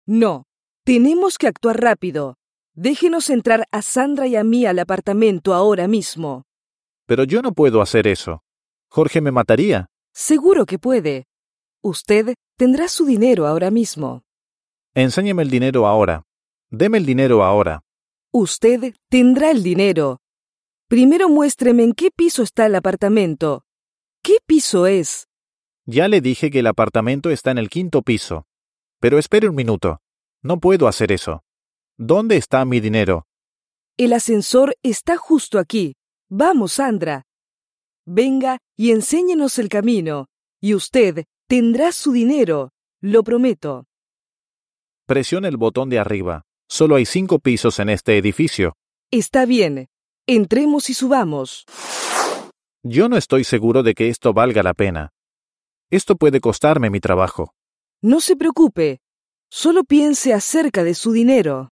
No, tenemos que actuar rápido. Déjenos entrar a Sandra y a mí al apartamento ahora mismo. Pero yo no puedo hacer eso. Jorge me mataría. Seguro que puede. Usted tendrá su dinero ahora mismo. Enséñeme el dinero ahora. Deme el dinero ahora. Usted tendrá el dinero. Primero muéstreme en qué piso está el apartamento. ¿Qué piso es? Ya le dije que el apartamento está en el 5º piso. Pero espere un minuto. No puedo hacer eso. ¿Dónde está mi dinero? El ascensor está justo aquí. Vamos, Sandra. Venga y enséñenos el camino, y usted tendrá su dinero, lo prometo. Presione el botón de arriba. Solo hay 5 pisos en este edificio. Está bien. Entremos y subamos. Yo no estoy seguro de que esto valga la pena. Esto puede costarme mi trabajo. No se preocupe. Solo piense acerca de su dinero.